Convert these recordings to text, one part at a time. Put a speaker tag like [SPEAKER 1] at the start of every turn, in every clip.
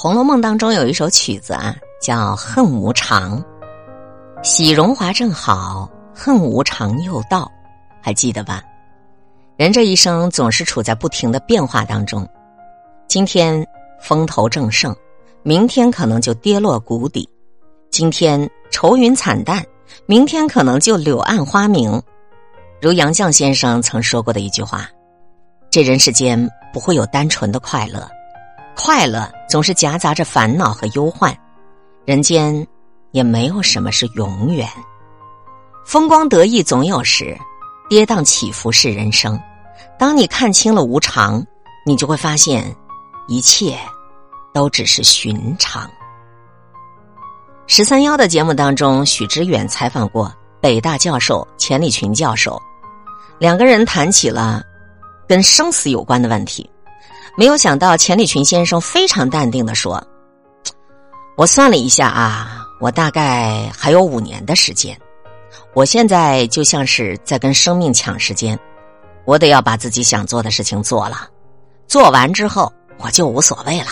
[SPEAKER 1] 红楼梦当中有一首曲子啊，叫《恨无常》，喜荣华正好，恨无常又到，还记得吧？人这一生总是处在不停的变化当中，今天风头正盛，明天可能就跌落谷底，今天愁云惨淡，明天可能就柳暗花明。如杨绛先生曾说过的一句话，这人世间不会有单纯的快乐，快乐总是夹杂着烦恼和忧患，人间也没有什么是永远。风光得意总有时，跌宕起伏是人生。当你看清了无常，你就会发现一切都只是寻常。13邀的节目当中，许知远采访过北大教授钱理群教授，两个人谈起了跟生死有关的问题。没有想到钱理群先生非常淡定地说，我算了一下啊，我大概还有5年的时间，我现在就像是在跟生命抢时间，我得要把自己想做的事情做了，做完之后我就无所谓了。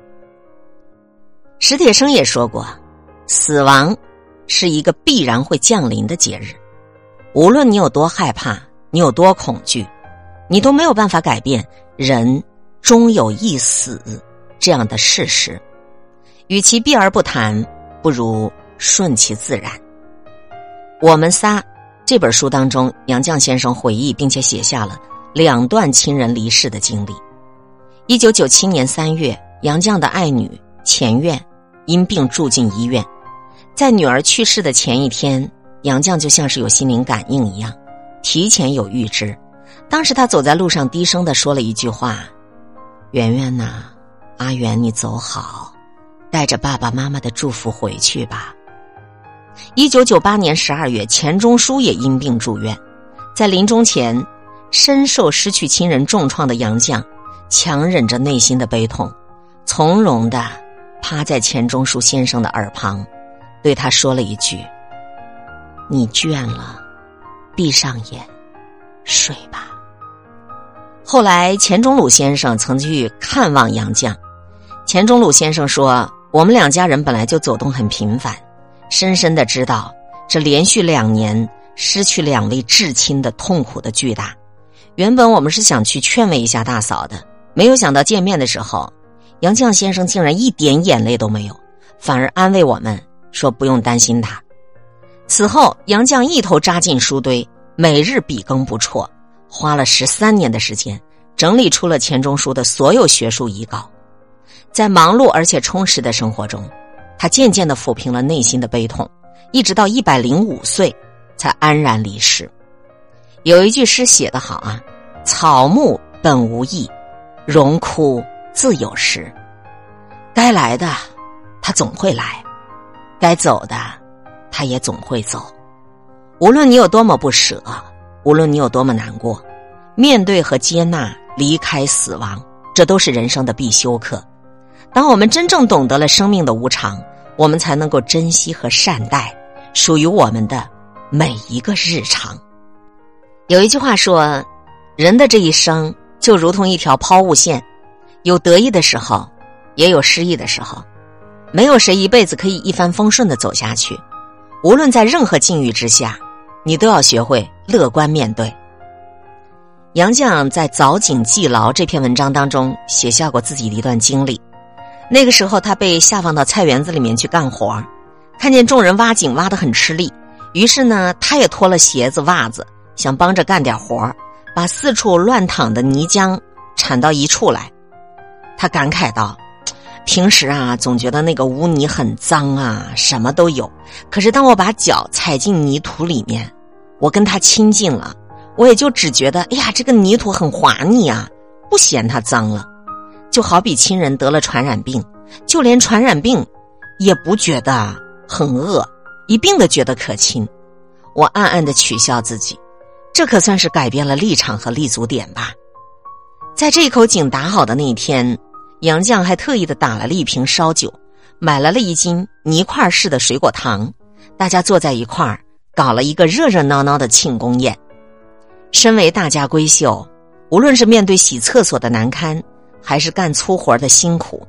[SPEAKER 1] 史铁生也说过，死亡是一个必然会降临的节日，无论你有多害怕，你有多恐惧，你都没有办法改变人终有一死这样的事实。与其避而不谈，不如顺其自然。我们仨这本书当中，杨绛先生回忆并且写下了2段亲人离世的经历。1997年3月，杨绛的爱女钱院因病住进医院，在女儿去世的前一天，杨绛就像是有心灵感应一样，提前有预知。当时他走在路上低声地说了一句话，圆圆呐，阿元你走好，带着爸爸妈妈的祝福回去吧。1998年12月，钱钟书也因病住院，在临终前，深受失去亲人重创的杨绛强忍着内心的悲痛，从容地趴在钱钟书先生的耳旁，对他说了一句，你倦了，闭上眼睡吧。后来钱钟鲁先生曾去看望杨绛，钱钟鲁先生说，我们2家人本来就走动很频繁，深深地知道这连续2年失去2位至亲的痛苦的巨大。原本我们是想去劝慰一下大嫂的，没有想到见面的时候，杨绛先生竟然一点眼泪都没有，反而安慰我们说不用担心他。此后杨绛一头扎进书堆，每日笔耕不辍，花了13年的时间整理出了钱钟书的所有学术遗稿。在忙碌而且充实的生活中，他渐渐地抚平了内心的悲痛，一直到105岁才安然离世。有一句诗写得好啊，草木本无意，荣枯自有时。该来的他总会来，该走的他也总会走。无论你有多么不舍，无论你有多么难过，面对和接纳离开死亡，这都是人生的必修课。当我们真正懂得了生命的无常，我们才能够珍惜和善待属于我们的每一个日常。有一句话说，人的这一生就如同一条抛物线，有得意的时候，也有失意的时候，没有谁一辈子可以一帆风顺地走下去。无论在任何境遇之下，你都要学会乐观面对。杨绛在《早井记牢》这篇文章当中写下过自己的一段经历。那个时候他被下放到菜园子里面去干活，看见众人挖井挖得很吃力，于是呢他也脱了鞋子袜子，想帮着干点活，把四处乱淌的泥浆铲到一处来。他感慨道，平时啊总觉得那个污泥很脏啊，什么都有，可是当我把脚踩进泥土里面，我跟它亲近了，我也就只觉得，哎呀，这个泥土很滑腻啊，不嫌它脏了。就好比亲人得了传染病，就连传染病也不觉得很恶，一并的觉得可亲。我暗暗的取笑自己，这可算是改变了立场和立足点吧。在这口井打好的那一天，杨绛还特意的打了一瓶烧酒，买来了1斤泥块式的水果糖，大家坐在一块儿搞了一个热热闹闹的庆功宴。身为大家闺秀，无论是面对洗厕所的难堪，还是干粗活的辛苦，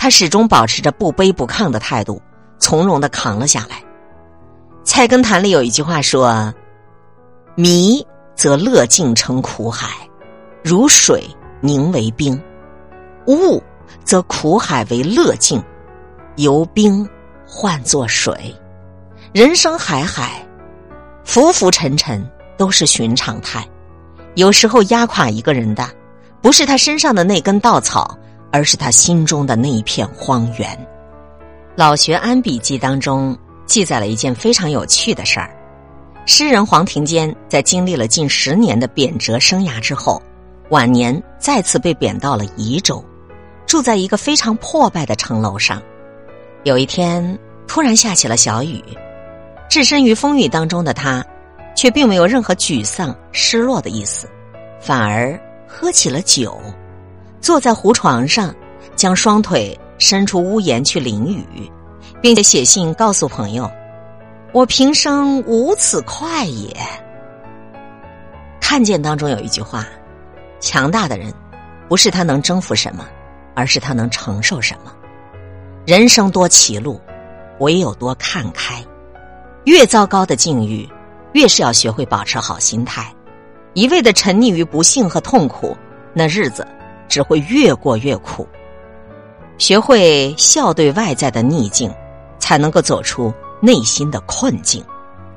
[SPEAKER 1] 他始终保持着不卑不亢的态度，从容地扛了下来。菜根谭里有一句话说：迷则乐境成苦海，如水凝为冰；悟则苦海为乐境，由冰换作水。人生海海，浮浮沉沉都是寻常态。有时候压垮一个人的，不是他身上的那根稻草，而是他心中的那一片荒原。老学庵笔记当中记载了一件非常有趣的事儿。诗人黄庭坚在经历了近10年的贬谪生涯之后，晚年再次被贬到了宜州，住在一个非常破败的城楼上。有一天突然下起了小雨，置身于风雨当中的他却并没有任何沮丧失落的意思，反而喝起了酒，坐在胡床上，将双腿伸出屋檐去淋雨，并且写信告诉朋友：我平生无此快也。看见当中有一句话：强大的人不是他能征服什么，而是他能承受什么。人生多歧路，唯有多看开。越糟糕的境遇，越是要学会保持好心态。一味的沉溺于不幸和痛苦，那日子只会越过越苦。学会笑对外在的逆境，才能够走出内心的困境。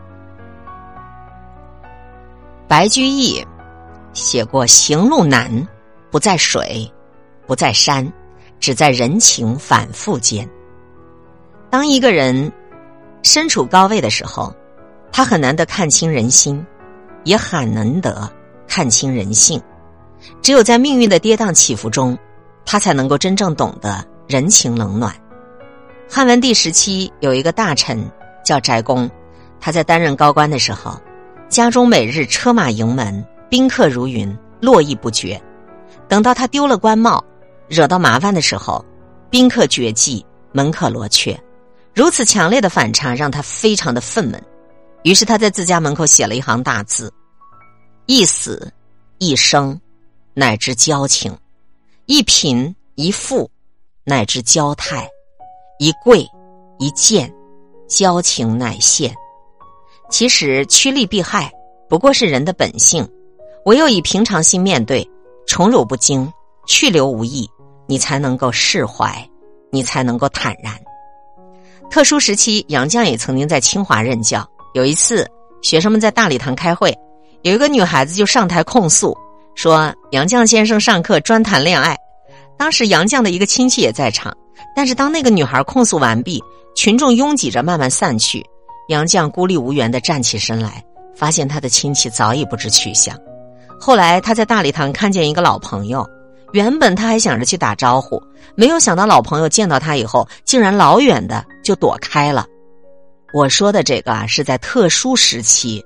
[SPEAKER 1] 白居易写过：行路难，不在水，不在山，只在人情反复间。当一个人身处高位的时候，他很难得看清人心，也很难得看清人性。只有在命运的跌宕起伏中，他才能够真正懂得人情冷暖。汉文帝时期有一个大臣叫翟公，他在担任高官的时候，家中每日车马迎门，宾客如云，络绎不绝。等到他丢了官帽，惹到麻烦的时候，宾客绝迹，门可罗雀。如此强烈的反差让他非常的愤懑，于是他在自家门口写了一行大字：一死一生乃知交情，一贫一富乃知交态，一贵一贱交情乃现。其实趋利避害不过是人的本性，唯有以平常心面对，宠辱不惊，去留无意，你才能够释怀，你才能够坦然。特殊时期，杨绛也曾经在清华任教。有一次学生们在大礼堂开会，有一个女孩子就上台控诉说杨绛先生上课专谈恋爱。当时杨绛的一个亲戚也在场，但是当那个女孩控诉完毕，群众拥挤着慢慢散去，杨绛孤立无援地站起身来，发现他的亲戚早已不知去向。后来他在大礼堂看见一个老朋友，原本他还想着去打招呼，没有想到老朋友见到他以后，竟然老远的就躲开了。我说的这个是在特殊时期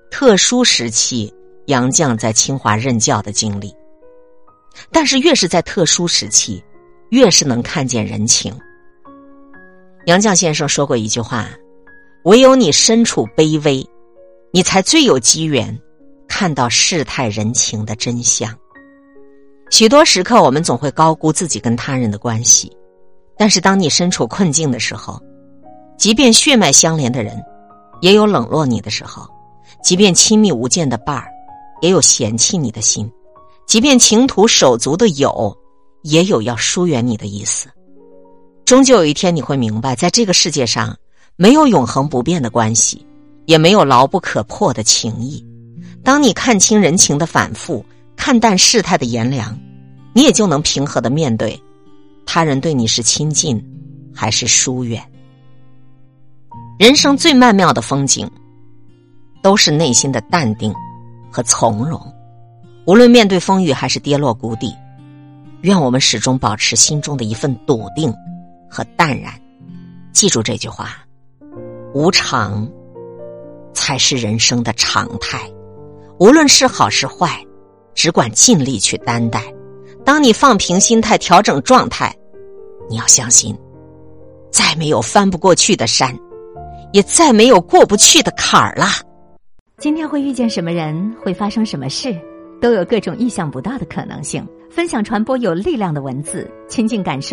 [SPEAKER 1] 杨绛在清华任教的经历。但是越是在特殊时期，越是能看见人情。杨绛先生说过一句话：唯有你身处卑微，你才最有机缘看到世态人情的真相。许多时刻我们总会高估自己跟他人的关系，但是当你身处困境的时候，即便血脉相连的人也有冷落你的时候，即便亲密无间的伴儿也有嫌弃你的心，即便情同手足的友也有要疏远你的意思。终究有一天你会明白，在这个世界上没有永恒不变的关系，也没有牢不可破的情谊。当你看清人情的反复，看淡世态的炎凉，你也就能平和地面对他人对你是亲近还是疏远。人生最曼妙的风景都是内心的淡定和从容。无论面对风雨还是跌落谷底，愿我们始终保持心中的一份笃定和淡然。记住这句话：无常才是人生的常态，无论是好是坏，只管尽力去担待。当你放平心态，调整状态，你要相信，再没有翻不过去的山，也再没有过不去的坎儿了。
[SPEAKER 2] 今天会遇见什么人，会发生什么事，都有各种意想不到的可能性。分享传播有力量的文字，亲近感受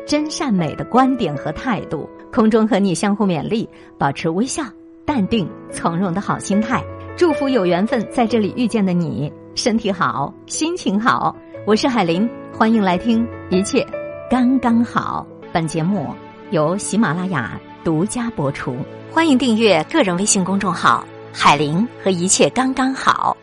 [SPEAKER 2] 真善美的观点和态度。空中和你相互勉励，保持微笑、淡定、从容的好心态。祝福有缘分在这里遇见的你，身体好，心情好。我是海玲，欢迎来听一切刚刚好。本节目由喜马拉雅独家播出，欢迎订阅个人微信公众号海玲和一切刚刚好。